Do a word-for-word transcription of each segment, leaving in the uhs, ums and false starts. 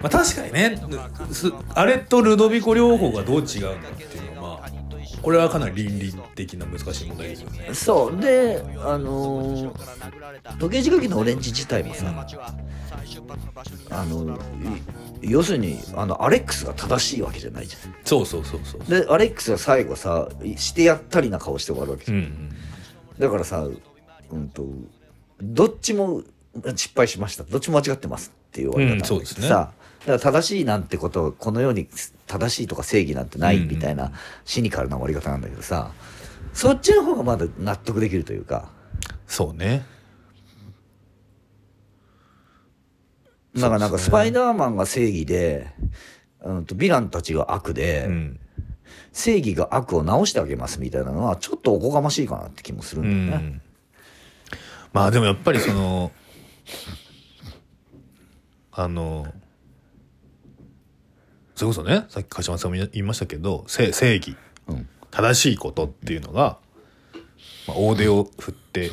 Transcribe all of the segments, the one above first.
まあ、確かにねあれとルドビコ療法がどう違うんだっていうのは、まあ、これはかなり倫理的な難しい問題ですよね。 そうであのー、時計仕掛けのオレンジ自体もさ、あの要するにあのアレックスが正しいわけじゃないじゃん。 そうそうそうそう。 でアレックスが最後さしてやったりな顔して終わるわけじゃん、うんうん、だからさ、うんと、どっちも失敗しましたどっちも間違ってますっていう終わり方なんだけどさ、うん、ね、だから正しいなんてことこの世に正しいとか正義なんてないみたいなシニカルな終わり方なんだけどさ、そっちの方がまだ納得できるというか。 そうね。 だからなんかスパイダーマンが正義で、うんとヴィランたちが悪で、うん、正義が悪を直してあげますみたいなのはちょっとおこがましいかなって気もするんだよね、うん、 まあでもやっぱりそのあのそれこそねさっき鹿島さんも言いましたけど正義、うん、正しいことっていうのが、まあ、大手を振って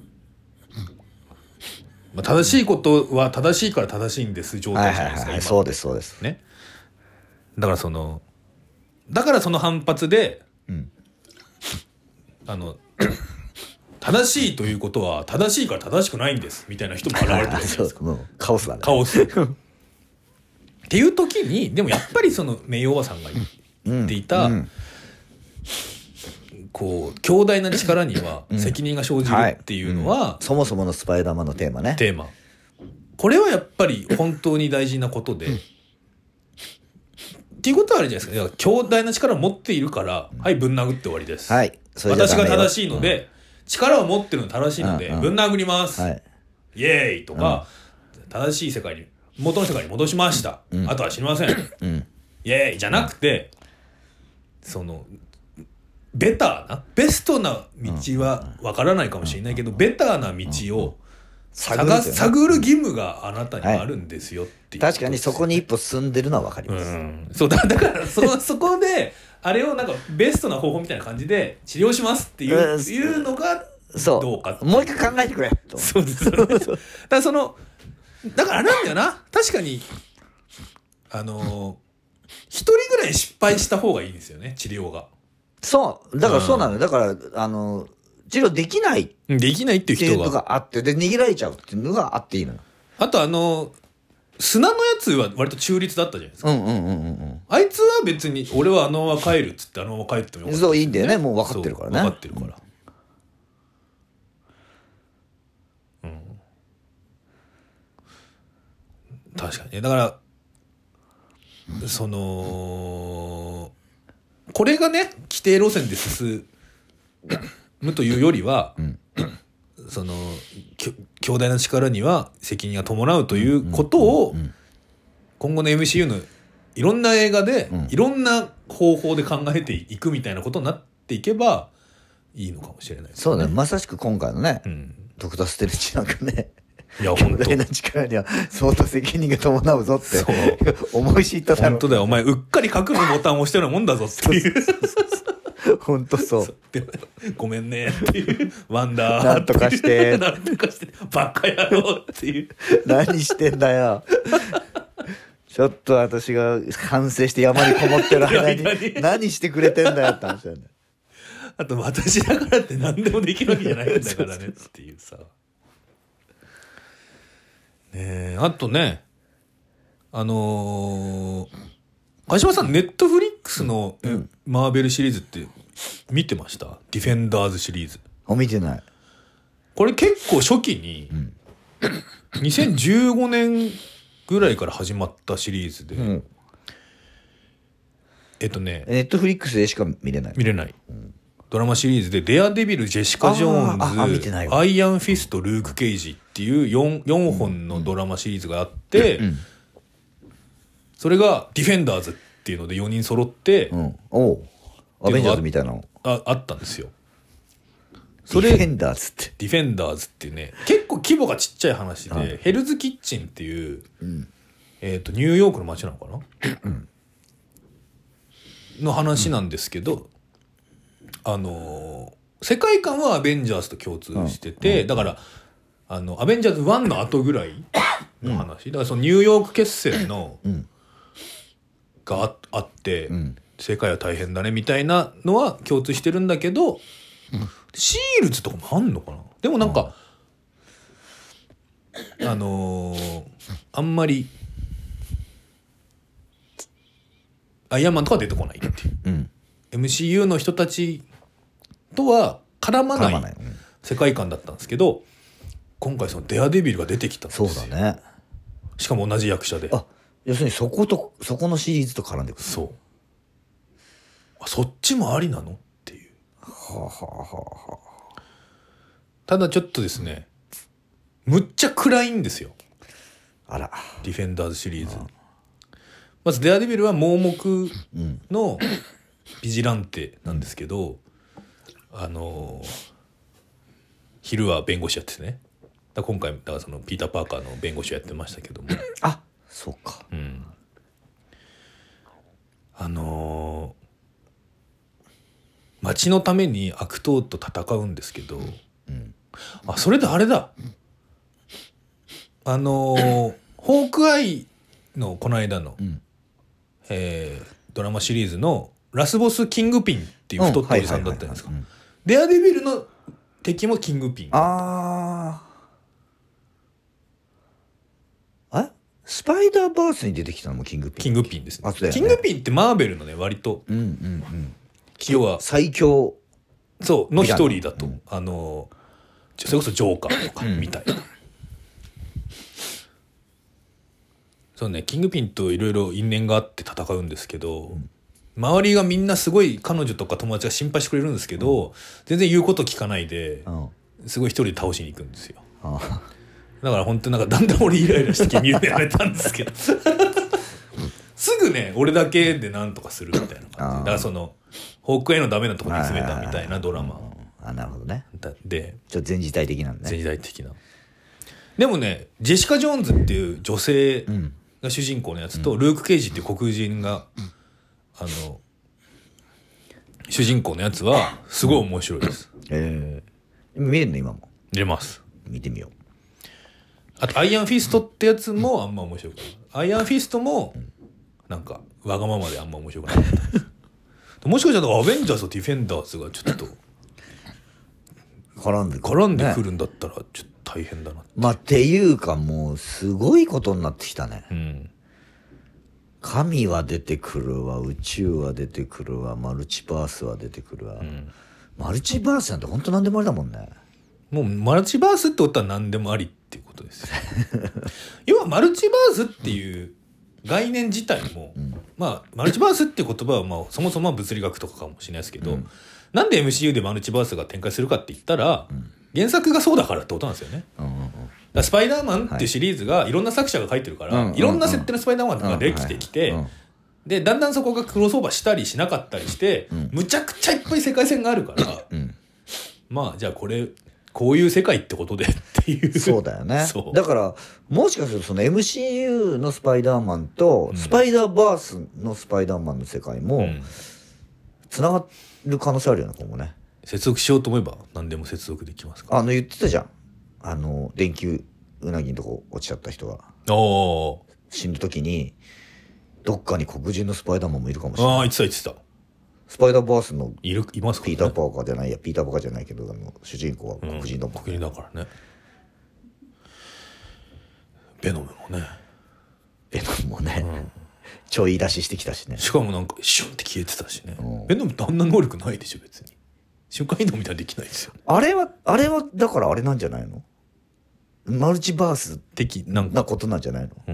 まあ、正しいことは正しいから正しいんです状態じゃないですか、はいはいはい、 そうですそうですね。だからそのだからその反発で、うん、あの正しいということは正しいから正しくないんですみたいな人も現れてるじゃないですか。 カオスだね。 カオスっていう時にでもやっぱりその名誉おばさんが言っていた、うんうんこう強大な力には責任が生じるっていうのは、うんはいうん、 そもそものスパイダーマンのテーマね。 テーマこれはやっぱり本当に大事なことで、うん、っていうことはあるじゃないですか。だから強大な力を持っているから、うん、はいぶん殴って終わりです、はい、それじゃダメよ。私が正しいので、うん、力を持ってるの正しいので、うん、ぶん殴ります、はい、イエーイとか、うん、正しい世界に元の世界に戻しました、うん、あとは知りません、うん、イエーイじゃなくて、うん、そのベターなベストな道はわからないかもしれないけど、ベターな道を探す、探る義務があなたにあるんですよっていう、 はい、確かにそこに一歩進んでるのはわかります、うん、 そう だ, だからそそこであれをなんかベストな方法みたいな感じで治療しますっていう、うん、いうのがどうかもう一回考えてくれと。 そうですそうですだからそのだからあれなんだよな、確かにあの一人ぐらい失敗した方がいいんですよね治療が。 そうだからそうなのよ、だからあの治療できないできないっていう人ががあってで逃げられちゃうっていうのがあっていいのよ。 あとあの砂のやつは割と中立だったじゃないですか、うんうんうんうん、あいつは別に俺はあのまま帰るっつってあのまま帰ってもよかった、ね、 そういいんだよね、もう分かってるからね、 分かってるから、うん、確かにね。だからそのこれがね規定路線で進むというよりは、うん、その強大な力には責任が伴うということを今後の エムシーユー のいろんな映画でいろんな方法で考えていくみたいなことになっていけばいいのかもしれないですね。 そうね、まさしく今回のね、うん、ドクターステレッチなんかね、 いや強大な力には相当責任が伴うぞって思い知っただろう。 本当だよ、お前うっかり書くのボタンを押してるようなもんだぞっていう本当そう。 ごめんねっていうワンダーなんとかしてなんとかしてバカ野郎っていう何してんだよちょっと私が反省して山にこもってる間に何してくれてんだよって話だよね。 あと私だからって何でもできるわけじゃないんだからねっていうさね。あとねあのー、鹿島さんネットフリックスの、うん、マーベルシリーズって見てました？ディフェンダーズシリーズ。 あ、見てない。 これ結構初期に、うん、にせんじゅうごねんぐらいから始まったシリーズで、うん、えっとねネットフリックスでしか見れない見れない、うん、ドラマシリーズでデアデビル、ジェシカ・ジョーンズ、アイアンフィスト、ルーク・ケイジっていう 4, よんほんのドラマシリーズがあって、うんうん、それがディフェンダーズっていうのでよにん揃って、うん、 おうアベンジャーズみたいなのあ, あったんですよ。 それディフェンダーズってディフェンダーズっていうね結構規模がちっちゃい話で、はい、ヘルズキッチンっていう、うん、えーとニューヨークの街なのかな、うん、の話なんですけど、うん、あのー、世界観はアベンジャーズと共通してて、うん、だからあのアベンジャーズワンの後ぐらいの話、うん、だからそのニューヨーク決戦の、 うん、 が あ, あって、 うん、 世界は大変だねみたいなのは共通してるんだけど、うん、シールズとかもあんのかな。でもなんか、うん、あのー、あんまりアイアンマンとか出てこないっていう、 うん、 エムシーユー の人たちとは絡まない世界観だったんですけど、今回そのデアデビルが出てきたんですよ。 そうだね。 しかも同じ役者で、 あ、要するにそことそこのシリーズと絡んでくる。 そう、あ、そっちもありなのっていう。 はあ、はあはあ、 ただちょっとですね、むっちゃ暗いんですよ。 あら、 ディフェンダーズシリーズ。まずデアデビルは盲目のビジランテなんですけど、うん、あの昼は弁護士やっててね。だ今回だからそのピーター・パーカーの弁護士をやってましたけども、 あ、そうか、 うん、あのー、町のために悪党と戦うんですけど、うん、あ、それであれだ、あのー、ホークアイのこの間の、うん、えー、ドラマシリーズのラスボスキングピンっていう太ったおじさんだったんですか。デアデビルの敵もキングピン。 ああ、えスパイダーバースに出てきたのもキングピン。 キングピンですね。 ね、 キングピンってマーベルのね割と、 うんうんうん、 要は最強そうの一人だと、うん、あのそれこそジョーカーとかみたいな、うん、そうね、キングピンといろいろ因縁があって戦うんですけど、うん、周りがみんなすごい彼女とか友達が心配してくれるんですけど、うん、全然言うこと聞かないで、うん、すごい一人で倒しに行くんですよ。だから本当なんかだんだん俺イライラして見るのやめたんですけどすぐね俺だけでなんとかするみたいな感じ。だからそのホークアイのダメなところに詰めたみたいなドラマ。 あ、なるほどね。 でちょっと全時代的なんだね。 全時代的な。でもねジェシカ・ジョーンズっていう女性が主人公のやつと、うん、ルーク・ケイジっていう黒人が、うん、あの主人公のやつはすごい面白いです。 うん、えー、見れるの今も。 見れます。 見てみよう。 あとアイアンフィストってやつもあんま面白くない。アイアンフィストもなんかわがままであんま面白くなかったもしかしたらアベンジャーズとディフェンダーズがちょっと絡んでくる、 絡んでくるんだったらちょっと大変だなって。 まあっていうかもうすごいことになってきたね、 うん、 神は出てくるわ、宇宙は出てくるわ、マルチバースは出てくるわ、うん、マルチバースなんて本当何でもありだもんね。 もうマルチバースってことは何でもありっていうことですよ要はマルチバースっていう概念自体も、うん、まあマルチバースっていう言葉は、まあ、そもそも物理学とかかもしれないですけど、うん、なんで エムシーユー でマルチバースが展開するかって言ったら、うん、原作がそうだからってことなんですよね、うんうんうん、だからスパイダーマンっていうシリーズがいろんな作者が書いてるから、はい、いろんな設定のスパイダーマンとかできてきて、うんうんはい、でだんだんそこがクロスオーバーしたりしなかったりして、うん、むちゃくちゃいっぱい世界線があるから、うん、まあじゃあこれこういう世界ってことでっていう。 そうだよね。だからもしかするとその エムシーユー のスパイダーマンとスパイダーバースのスパイダーマンの世界もつながる可能性あるよね今後ね。 接続しようと思えば何でも接続できますか。 あの言ってたじゃん、あの電球うなぎのとこ落ちちゃった人が死ぬ時にどっかに黒人のスパイダーマンもいるかもしれない。 ああ言ってた言ってた。 スパイダーバースのいるいますか、ね、 ピーター・パーカーじゃないやピーター・パーカーじゃないけどあの主人公は黒人だもん、 うん、黒人だからね。ベノムもねベノムもね、うん、ちょい出ししてきたしね。 しかもなんかシュンって消えてたしね、うん、ベノムってあんな能力ないでしょ別に。瞬間移動みたいにできないですよね。 あれはあれはだからあれなんじゃないの、マルチバース的なことなんじゃないの、うん、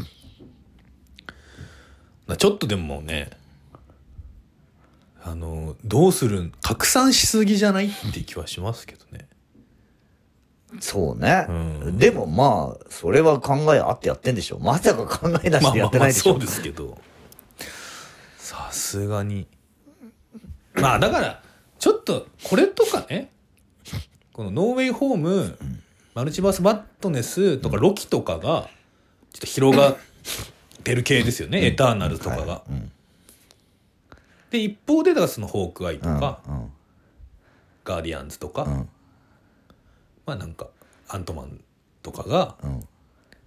ちょっとでもねあのどうする拡散しすぎじゃないって気はしますけどね。 そうね、うん、でもまあそれは考えあってやってんでしょ。まさか考え出してやってないでしょ。 まあまあまあそうですけどさすがにまあだからちょっとこれとかねこのノーウェイホーム、うん、マルチバースバットネスとかロキとかがちょっと広がってる系ですよね、うん、エターナルとかが、はい、うんで一方でだからそのホークアイとか、うんうん、ガーディアンズとか、うん、まあなんかアントマンとかが、うん、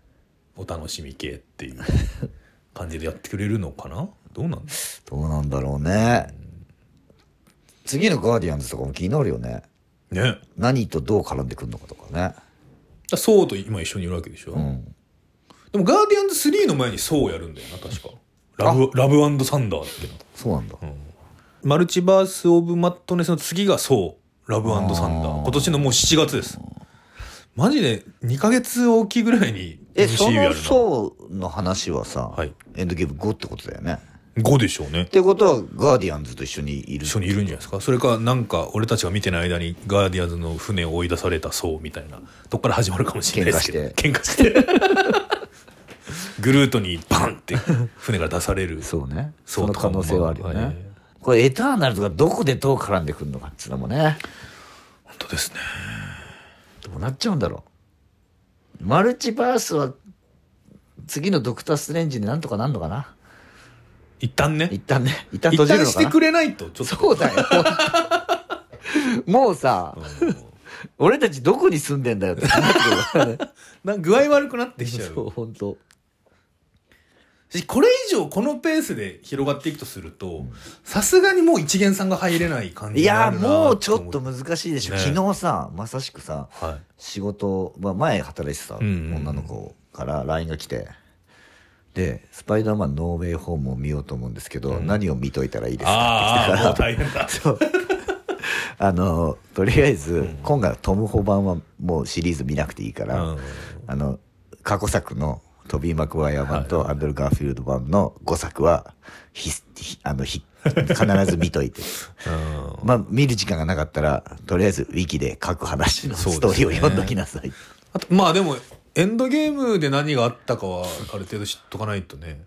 お楽しみ系っていう感じでやってくれるのかな。どうなんだどうなんだろうね、うん、次のガーディアンズとかも気になるよね。 ね、 何とどう絡んでくるのかとかね。 ソーと今一緒にいるわけでしょ、うん、でもガーディアンズスリーの前にソーやるんだよな確か。ラブ、ラブ&サンダーっての。 そうなんだ、うん、 マルチバース・オブ・マットネスの次がソー、ラブ&サンダー。今年のもうしちがつです。マジでにかげつおきぐらいに エムシーユー やるな。 え、そのソーの話はさ、はい、エンドゲームごってことだよね。 ごでしょうね。 ってことはガーディアンズと一緒にいる。 一緒にいるんじゃないですか。それかなんか俺たちが見てない間にガーディアンズの船を追い出されたソーみたいなとこから始まるかもしれないですけど。喧嘩して喧嘩してグルートにバンって船から出される。 そうね、その可能性はあるよね、はい、これエターナルズがどこでどう絡んでくるのかっていうのもね。 本当ですね。 どうなっちゃうんだろう。マルチバースは次のドクターストレンジでなんとかなんのかな。 一旦ね一旦ね一旦閉じるのかな。 一旦してくれないとちょっと。 そうだよもうさ俺たちどこに住んでんだよってなってくるなんか具合悪くなってきちゃう。 そう本当。 これ以上このペースで広がっていくとするとさすがにもう一元さんが入れない感じになるな。 いやもうちょっと難しいでしょ、ね、昨日さまさしくさ、はい、仕事、まあ、前働いてた女の子から ライン が来て、でスパイダーマンノーウェイホームを見ようと思うんですけど、うん、何を見といたらいいですかって来てから、もう大変だそうあのとりあえず、うん、今回トム・ホバンはもうシリーズ見なくていいから、うん、あの過去作のトビー・マクワイア版とアンドル・ガーフィールド版のごさくはひひあのひ必ず見といてまあ見る時間がなかったらとりあえずウィキで各話のストーリーを読んどきなさい、ね、 あとまあでもエンドゲームで何があったかはある程度知っとかないとね。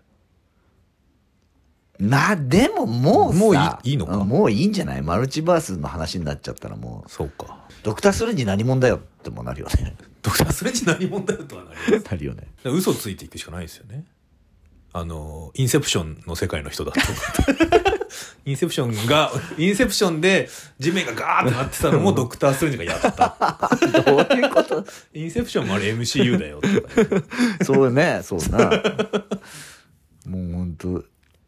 まあでももうさもうい い, いいのかもういいんじゃない。マルチバースの話になっちゃったらもうそうか。 ドクターストレンジ何者だよってもなるよね。 ドクターストレンジ何者だよとはなるなるよね。 嘘ついていくしかないですよね。あのインセプションの世界の人だとインセプションがインセプションで地面がガーってなってたのもドクターストレンジがやったどういうことインセプションもあれ エムシーユー だよとか、 ね、そうねそうなもうほんと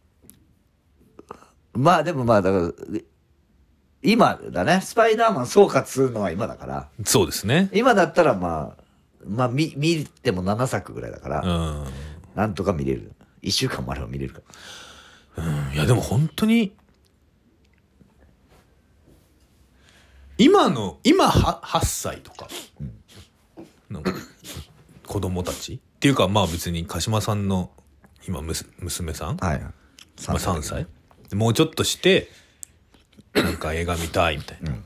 まあでもまあだから今だねスパイダーマン総括するのは今だから。 そうですね。 今だったらまあまあ見見てもななさくぐらいだから、うん、なんとか見れる。いっしゅうかんもあれば見れるから。 うん、いやでも本当に今の今ははっさいとかの子供たちっていうかまあ別に鹿島さんの今むす娘さん、はいまあ、さんさいもうちょっとしてなんか映画見たいみたいな、うん、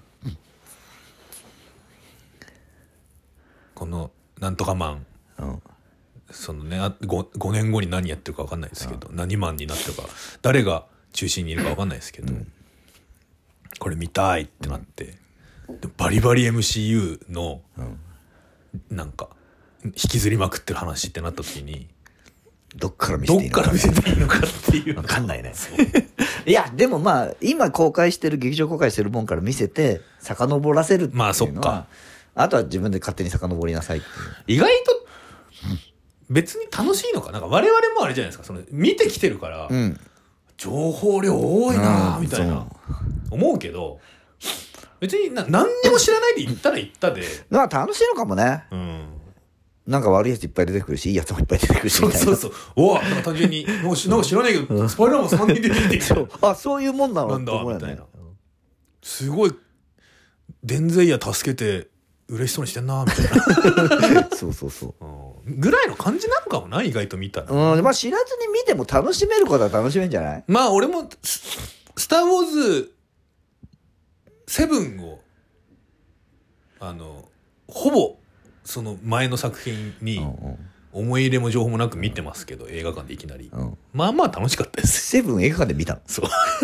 このなんとかマン、うん、そのね 5, 5年後に何やってるか分かんないですけど、うん、何マンになってるか誰が中心にいるか分かんないですけど、うん、これ見たいってなって、うん、でバリバリ エムシーユー の、うん、なんか引きずりまくってる話ってなった時にどっから見せていいのかどっから見せていいのかっていう分かんないねいやでもまあ今公開してる劇場公開してるもんから見せて遡らせるっていうのは、まあそっか、あとは自分で勝手に遡りなさいっていう。意外と別に楽しいのかなんか我々もあれじゃないですかその見てきてるから、うん、情報量多いなみたいな、うん、思うけど別にな何にも知らないで行ったら行ったでまあ楽しいのかもね、うんなんか悪いやついっぱい出てくるしいいやつもいっぱい出てくるしみたいな。そうそうそうおわなんか単純になんか知らないけどスパイダーマンさんにん出てきてそうあそういうもんなのなんだみたいなすごいデンゼイヤ助けて嬉しそうにしてんなみたいなそうそうそう、 うん、ぐらいの感じなのかもな意外と見たら、 うんまあ、知らずに見ても楽しめることは楽しめるんじゃない。 まあ俺もスター・ウォーズセブンをあのほぼその前の作品に思い入れも情報もなく見てますけど映画館でいきなり、うん、まあまあ楽しかったです。 セブン映画館で見たのそう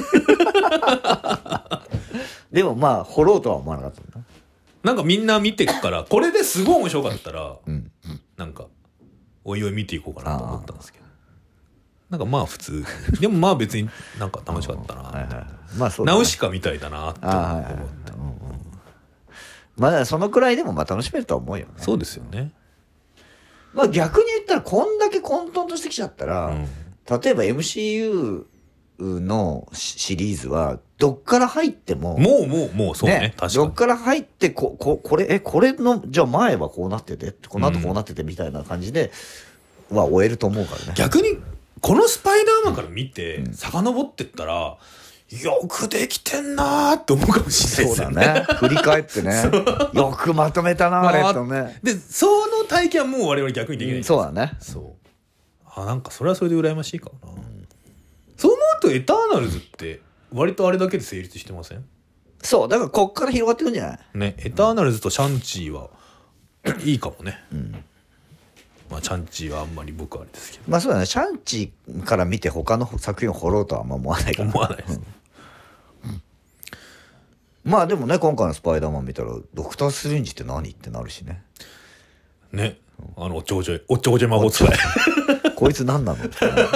でもまあ掘ろうとは思わなかったんだ。 なんかみんな見てくからこれですごい面白かったら、うん、なんかおいおい見ていこうかなと思ったんですけどなんかまあ普通でもまあ別になんか楽しかったなはい、はいまあそうね、ナウシカみたいだなって思って、はいはいはいうんうん、まあそのくらいでもまあ楽しめるとは思うよね。 そうですよね。 まあ逆に言ったらこんだけ混沌としてきちゃったら、うん、例えば エムシーユー のシリーズはどっから入ってももうもうもうそうね、ね、確かにどっから入ってこここれえこれのじゃあ前はこうなっててこの後こうなっててみたいな感じでは終えると思うからね。 逆にこのスパイダーマンから見て、うん、遡ってったらよくできてんなーって思うかもしれないですよね。 そうだね。振り返ってねよくまとめたなあれとね。 でその体験はもう我々逆にできない、うん、 そうだね。 そうあなんかそれはそれで羨ましいかな、うん、そう思うとエターナルズって割とあれだけで成立してません？ そうだからこっから広がってくんじゃないね。エターナルズとシャンチーはいいかもね、うんまあ、シャンチーはあんまり僕はあれですけどまあそうだね。シャンチーから見て他の作品を掘ろうとはあんま思わないから思わないです、 うん、まあでもね今回のスパイダーマン見たらドクター・ストレンジって何ってなるしねねあのおっちょこちょいおっちょこちょい魔法使いこいつ何なの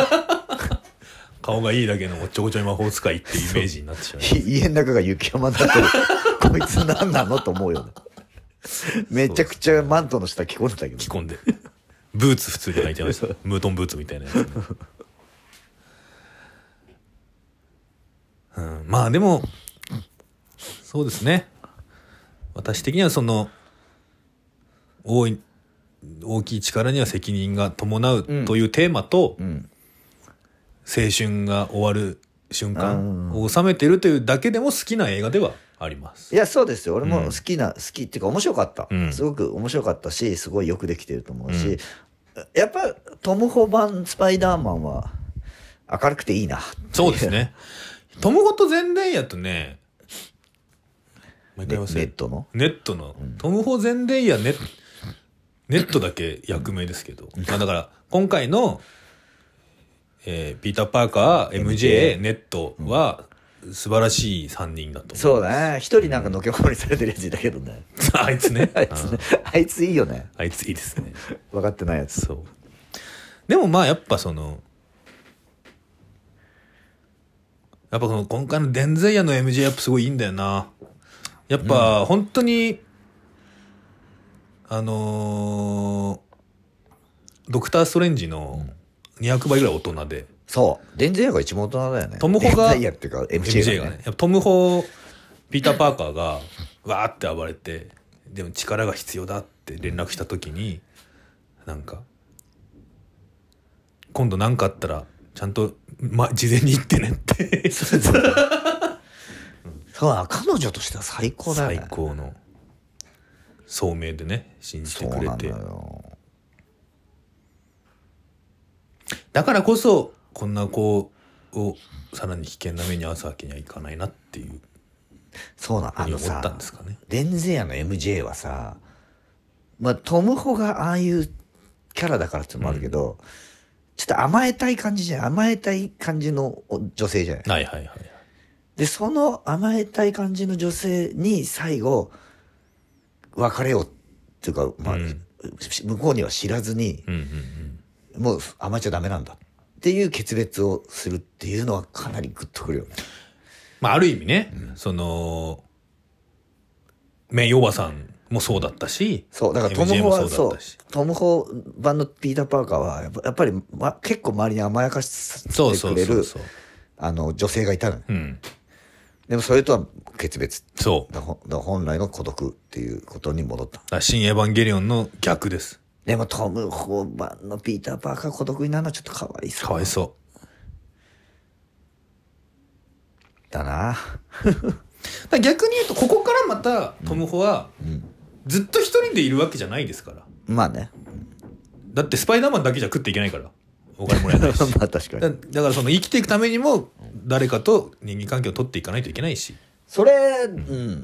顔がいいだけのおっちょこちょい魔法使いっていうイメージになってしまう家の中が雪山になってるこいつ何なのと思うよねめちゃくちゃマントの下着込んでたけど着込んでブーツ普通に履いてましたムートンブーツみたいなやつ、ねうん、まあでもそうですね私的にはその大い大きい力には責任が伴うというテーマと、うんうん、青春が終わる瞬間を収めているというだけでも好きな映画ではあります。 いやそうですよ俺も好きな、うん、好きっていうか面白かった、うん、すごく面白かったしすごいよくできてると思うし、うん、やっぱトム・ホ版スパイダーマンは明るくていいなそうですねトム・ホとゼンデイヤとねネットのネットの、うん、トム・ホゼンデイヤネネットだけ役名ですけど、まあ、だから今回の、えー、ピーター・パーカー エムジェー ネットは素晴らしいさんにんだと思う。 そうだね一人なんかのけものにされてるやついたけどねあいつねあいつねあいついいよねあいついいですね分かってないやつ。 そうでもまあやっぱそのやっぱこの今回のデンゼイヤの エムジェー やっぱすごいいいんだよな。やっぱ本当に、うん、あのー、ドクター・ストレンジのにひゃくばいぐらい大人で、 そうデンゼイヤが一番大人だよね。 トムホがデンゼイヤっていうか エムジェー がね、 エムジェー がねやっぱトムホピーター・パーカーがわーって暴れてでも力が必要だって連絡した時になんか今度何かあったらちゃんと、ま、事前に言ってねってそうそうそうだ彼女としては最高だよね。 最高の聡明でね信じてくれて。そうなんだよ。だからこそこんな子をさらに危険な目に遭わすわけにはいかないなっていうそうなあのさ思ったんですかね。 デンゼイヤの エムジェー はさ、まあ、トムホがああいうキャラだからってのもあるけど、うん、ちょっと甘えたい感じじゃん甘えたい感じの女性じゃない。 はいはいはい。 でその甘えたい感じの女性に最後別れようっていうか、まあうん、向こうには知らずに、うんうんうん、もう甘えちゃダメなんだっていう決別をするっていうのはかなりグッとくるよね。 まあある意味ね、うん、そのメイおばさんもそうだったし、 そうだからトムホはそうトムホ版のピーター・パーカーはやっぱやっぱり、ま、結構周りに甘やかしてくれるあの女性がいたのよ、うん、でもそれとは決別。 そうだだ本来の孤独っていうことに戻った。 だ新エヴァンゲリオンの逆です。 でもトムホ版のピーター・パーカー孤独になるのはちょっとかわいそう。 かわいそうだなだ逆に言うとここからまたトムホは、うんうんずっと一人でいるわけじゃないですから。 まあね。 だってスパイダーマンだけじゃ食っていけないから。お金もらえないし。 まあ確かに。 だ, だからその生きていくためにも誰かと人間関係を取っていかないといけないし。 それ、うん、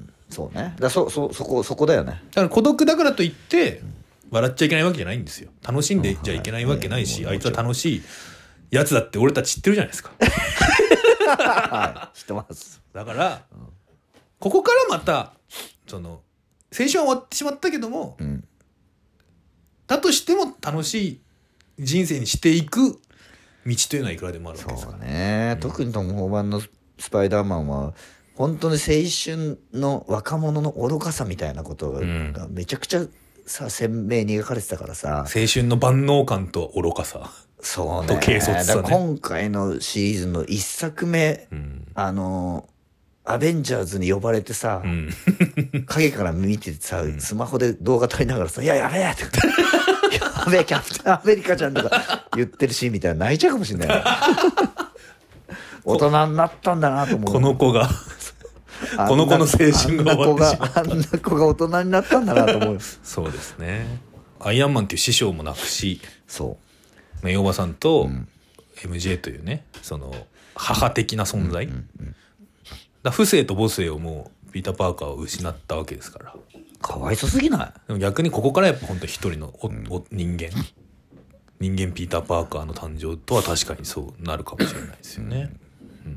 そうね。だそそそこそこだよね。 だから孤独だからといって笑っちゃいけないわけじゃないんですよ。楽しんでじゃいけないわけないし、うんはい、あいつは楽しいやつだって俺たち知ってるじゃないですか。 はい、知ってます。 だから、うん、ここからまたその。青春は終わってしまったけども、うん、だとしても楽しい人生にしていく道というのはいくらでもあるわけですから。 そうね、うん、特にトム・ホーバンのスパイダーマンは本当に青春の若者の愚かさみたいなことがめちゃくちゃさ鮮明に描かれてたからさ、 青春の万能感と愚かさ、 そうね、 と軽率さね。 今回のシリーズの一作目、うん、あのアベンジャーズに呼ばれてさ、うん、影から見てさ、スマホで動画撮りながらさ「いややべえ!」って「やべえキャプテンアメリカちゃん」とか言ってるシーンみたいな泣いちゃうかもしれない大人になったんだなと思う。 この子がこの子の青春が終わってしまった。 あんな子が大人になったんだなと思うそうですね。アイアンマンっていう師匠もなくし、 そうメイおばさんと エムジェー というね、その母的な存在、うんうんうん、だ父性と母性をもうピーター・パーカーを失ったわけですから。 かわいそすぎない？ でも逆にここからやっぱ本当一人のお、うん、お人間人間ピーター・パーカーの誕生とは確かにそうなるかもしれないですよね、うんうん、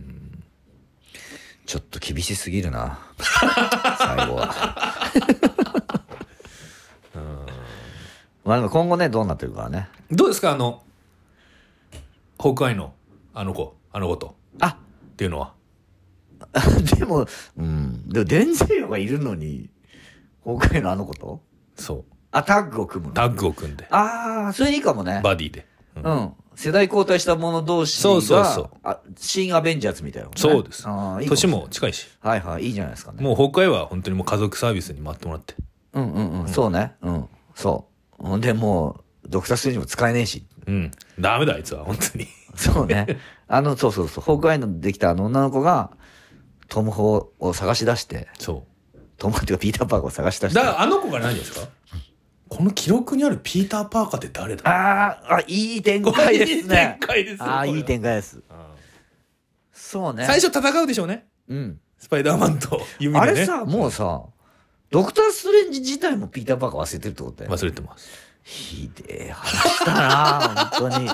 ちょっと厳しすぎるな最後はうん、まあでも今後ねどうなってるかね。 どうですか、あのホークアイのあの子あの子とあっていうのはでも、うん。でも、デンゼルがいるのに、崩壊のあの子とそう。 あ、タッグを組むの。 タッグを組んで。 ああ、それいいかもね。 バディで。 うん。うん、世代交代した者同士が、 そうそうそう。 あ、新アベンジャーズみたいな、ね。 そうです。あいい年も近いし。 はいはい、いいじゃないですかね。 もう崩壊は本当にもう家族サービスに回ってもらって。 うんうんうん。うん、そうね。うん。そう。ほんで、もう、ドクターストレンジも使えねえし。 うん。ダメだ、あいつは、本当に。 そうね。あの、そうそうそう。ホークアイのできたあの女の子が、トムホを探し出して。 そう。 トムっていうかピーター・パーカーを探し出して。 だからあの子が何ですかこの記録にあるピーター・パーカーって誰だ。 ああ、いい展開ですね。 いい展開ですよ。 ああ、いい展開です。そうね。 最初戦うでしょうね。 うん。 スパイダーマンと弓でね。あれさ、もうさ、ドクター・ストレンジ自体もピーター・パーカー忘れてるってことだよ。 忘れてます。 ひでえ話だな本当に。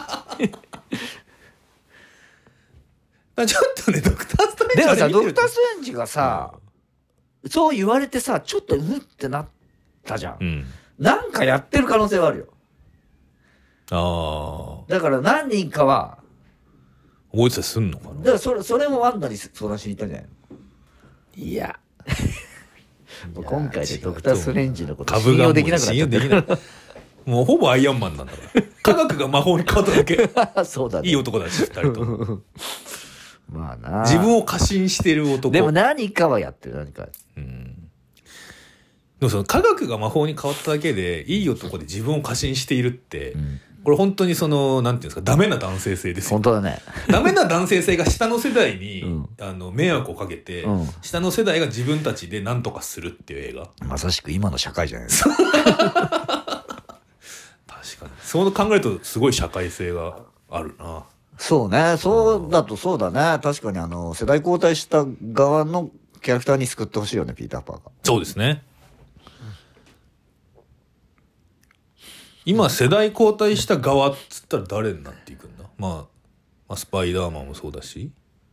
ちょっとね、ドクター・ストレンジでもさ、ドクター・ストレンジがさ、うん、そう言われてさ、ちょっとうんってなったじゃん。うん、なんかやってる可能性はあるよ。 ああ。 だから何人かは、 覚えてたりすんのかな。 だからそれ、それもワンダに相談しに行ったんじゃないの。いや。今回でドクター・ストレンジのこと信用できなくなっちゃった。 もうほぼアイアンマンなんだから。科学が魔法に変わっただけ。 そうだね。 いい男だし、二人とも。 まあな。 自分を過信してる男。 でも何かはやってる、何か。うん。 でもその科学が魔法に変わっただけで、いい男で自分を過信しているって、うん、これ本当にその、なんていうんですか、ダメな男性性ですよ。 本当だね。 ダメな男性性が下の世代に、うん、あの、迷惑をかけて、うん、下の世代が自分たちで何とかするっていう映画。 まさしく今の社会じゃないですか。 確かに。そう考えるとすごい社会性があるな。 そうね。そうだとそうだね。確かにあの、世代交代した側のキャラクターに救ってほしいよね、ピーター・パーカー。 そうですね。今世代交代した側っつったら誰になっていくんだ。まあ、まあ、スパイダーマンもそうだし。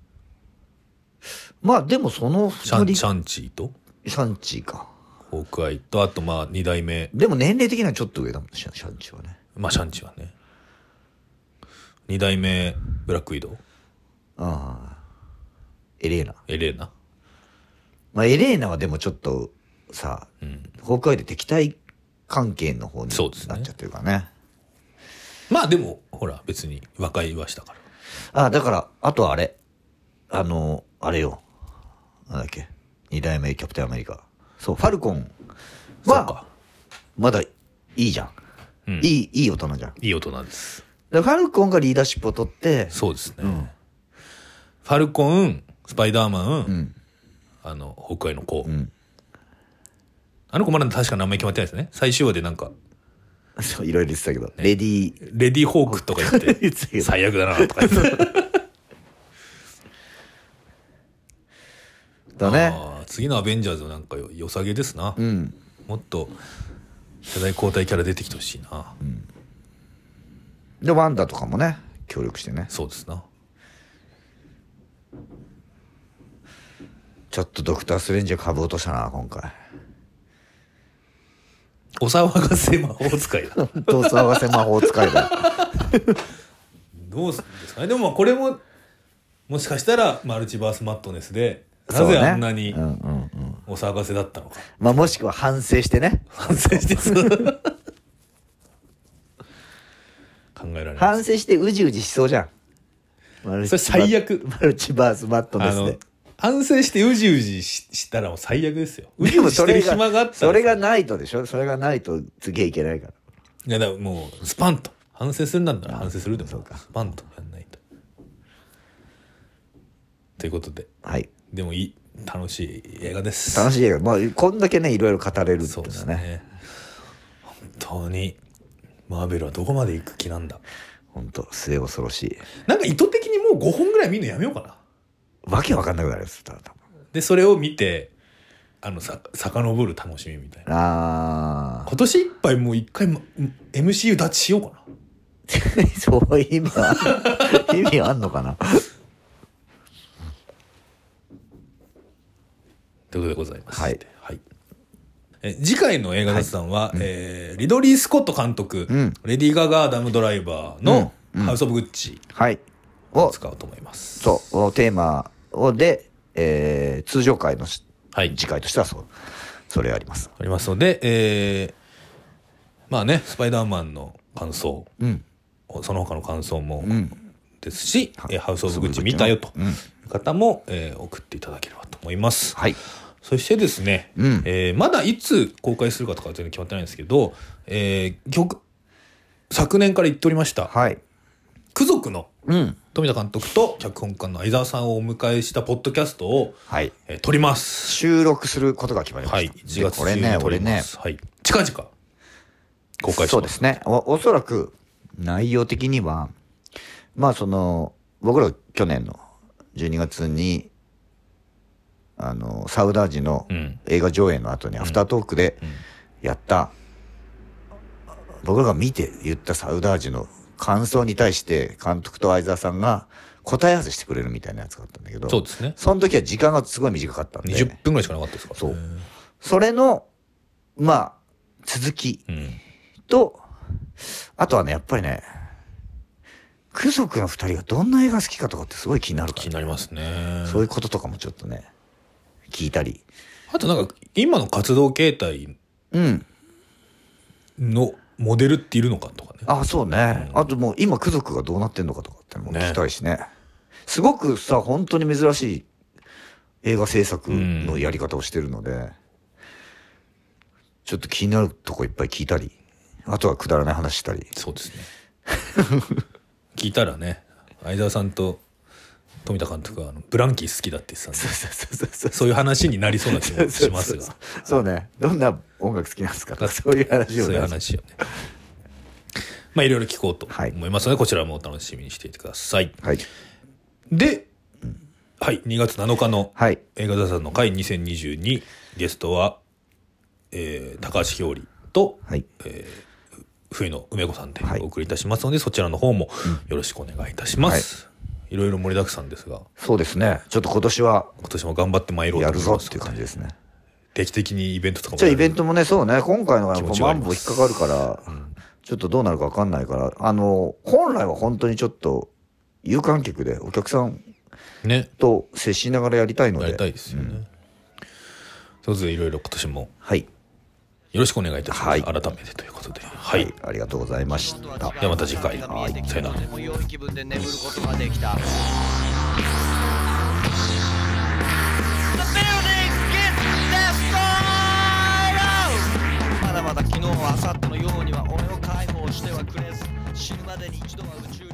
まあでもそのシャン、シャンチーとシャンチーか。 ホークアイと、あとまあ二代目。 でも年齢的にはちょっと上だもん、シャンチーはね。 まあシャンチーはね。二代目ブラックウィドウ。 ああ。エレーナ。 エレーナ。 まあエレーナはでもちょっとさ、うん、ホークアイで敵対関係の方になっちゃってるからね。 まあでもほら別に和解はしたから。 ああ、だからあとはあれあのあれよ、なんだっけ、二代目キャプテンアメリカ。そう、ファルコンはまだいいじゃん、うん、いいいい大人じゃん。 いい大人です。 ファルコンがリーダーシップを取って。 そうですね、うん、ファルコン、スパイダーマン、うん、あのホークアイの子、うん、あの子まだ確か名前決まってないですね。最終話でなんかそういろいろ言ってたけど、ね、レディーレディーホークとか言って言って最悪だなとか言ってだね。 次のアベンジャーズはなんか良さげですな、 うん、 もっと世代交代キャラ出てきてほしいな、うん、 でワンダとかもね協力してね。 そうですな。 ちょっとドクター・ストレンジが株落としたな今回。 お騒がせ魔法使いだ。 本当お騒がせ魔法使いだ。 どうするんですかね。でもこれももしかしたらマルチバースマットネスで、なぜあんなにお騒がせだったのか、 まあもしくは反省してね反省して考えられない。 反省してうじうじしそうじゃん。 それ最悪。 マルチバースマットですね。 反省してうじうじ し, したらもう最悪ですよ。うじうじしてる暇があったらそれがないとでしょ。それがないと次はいけないから。 いやだからもうスパンと反省するんだったら反省するでもそうかスパンとやんないと。ということで、 はい。 でもいい楽しい映画です。 楽しい映画。まあこんだけねいろいろ語れるっていうのはね。 そうですね。本当にマーベルはどこまで行く気なんだ。 本当末恐ろしい。 なんか意図的にもうごほんぐらい見るのやめようかな。わけわかんなくなるやつだ。 でそれを見てあのさ遡る楽しみみたいな。あ今年いっぱいもう一回 エムシーユー 立ちしようかな。 そういう意味は意味あんのかな。 ということでございます。 はい。 はい、え次回の映画雑談は、はいえー、リドリー・スコット監督、うん、レディー・ガガー・アダム・ドライバーのハウス・オブ・グッチを使うと思います。 はい、そうテーマをで、えー、通常回の、はい、次回としてはそうそれあります。 ありますので、えー、まあねスパイダーマンの感想、うん、その他の感想もですし、うん、ハウス・オブ・グッチ見たよという方も、えー、送っていただければと思います。 はい。 そしてですね、うんえー、まだいつ公開するかとか全然決まってないんですけど、えー、曲昨年から言っておりました、 はい、 ク族の富田監督と脚本家の相沢さんをお迎えしたポッドキャストを、はいえー、撮ります。 収録することが決まりました。はい、いちがつ中に撮ります。 これね、俺ね、はい、近々公開します。 そうですね。お、おそらく内容的にはまあその僕ら去年のじゅうにがつにあのサウダージの映画上映の後にアフタートークでやった、うんうん、僕らが見て言ったサウダージの感想に対して監督と相沢さんが答え合わせしてくれるみたいなやつがあったんだけど、 そうですね。 その時は時間がすごい短かったんでにじゅっぷんぐらいしかなかったですから、 そうそれのまあ続きと、うん、あとはねやっぱりねク族のふたりがどんな映画好きかとかってすごい気になるから、 ね、気になりますね。 そういうこととかもちょっとね聞いたり、 あとなんか今の活動形態のモデルっているのかとかね、 うん、あそうね、うん、あともう今ク族がどうなってんのかとかっても聞きたいし ね, ねすごくさ本当に珍しい映画制作のやり方をしてるので、うん、ちょっと気になるとこいっぱい聞いたり、あとはくだらない話したり。 そうですね聞いたらね相沢さんと富田監督はあのブランキー好きだって言ってたんで、そうそうそうそうそういう話になりそうな気もしますがそうね、どんな音楽好きなんですかとかそういう話をね、 そういう話をねまあいろいろ聞こうと思いますので、はい、こちらもお楽しみにしていてください。 はい、 で、うん、はいにがつなのかの映画座談の会にせんにじゅうに、ゲストは、えー、高橋ひょうりと、はいえー、冬野梅子さんでお送りいたしますので、はい、そちらの方もよろしくお願いいたします。はいいろいろ盛りだくさんですが、 そうですね。ちょっと今年は今年も頑張ってまいろうと思います、ね、やるぞっていう感じですね。 定期的にイベントとかもじゃあイベントもね、そうね。今回のがマンボウ引っかかるから、うん、ちょっとどうなるか分かんないから、あの本来は本当にちょっと有観客でお客さんと接しながらやりたいので、 やりたいですよね。うん、そうですね。いろいろ今年もはいよろしくお願いいたします。はい、改めてということで、はい、はい、 ありがとうございました。 ではまた次回、はい、さよなら。まだまだ昨日は明後日のようには俺を解放してはくれず、死ぬまでに一度は宇宙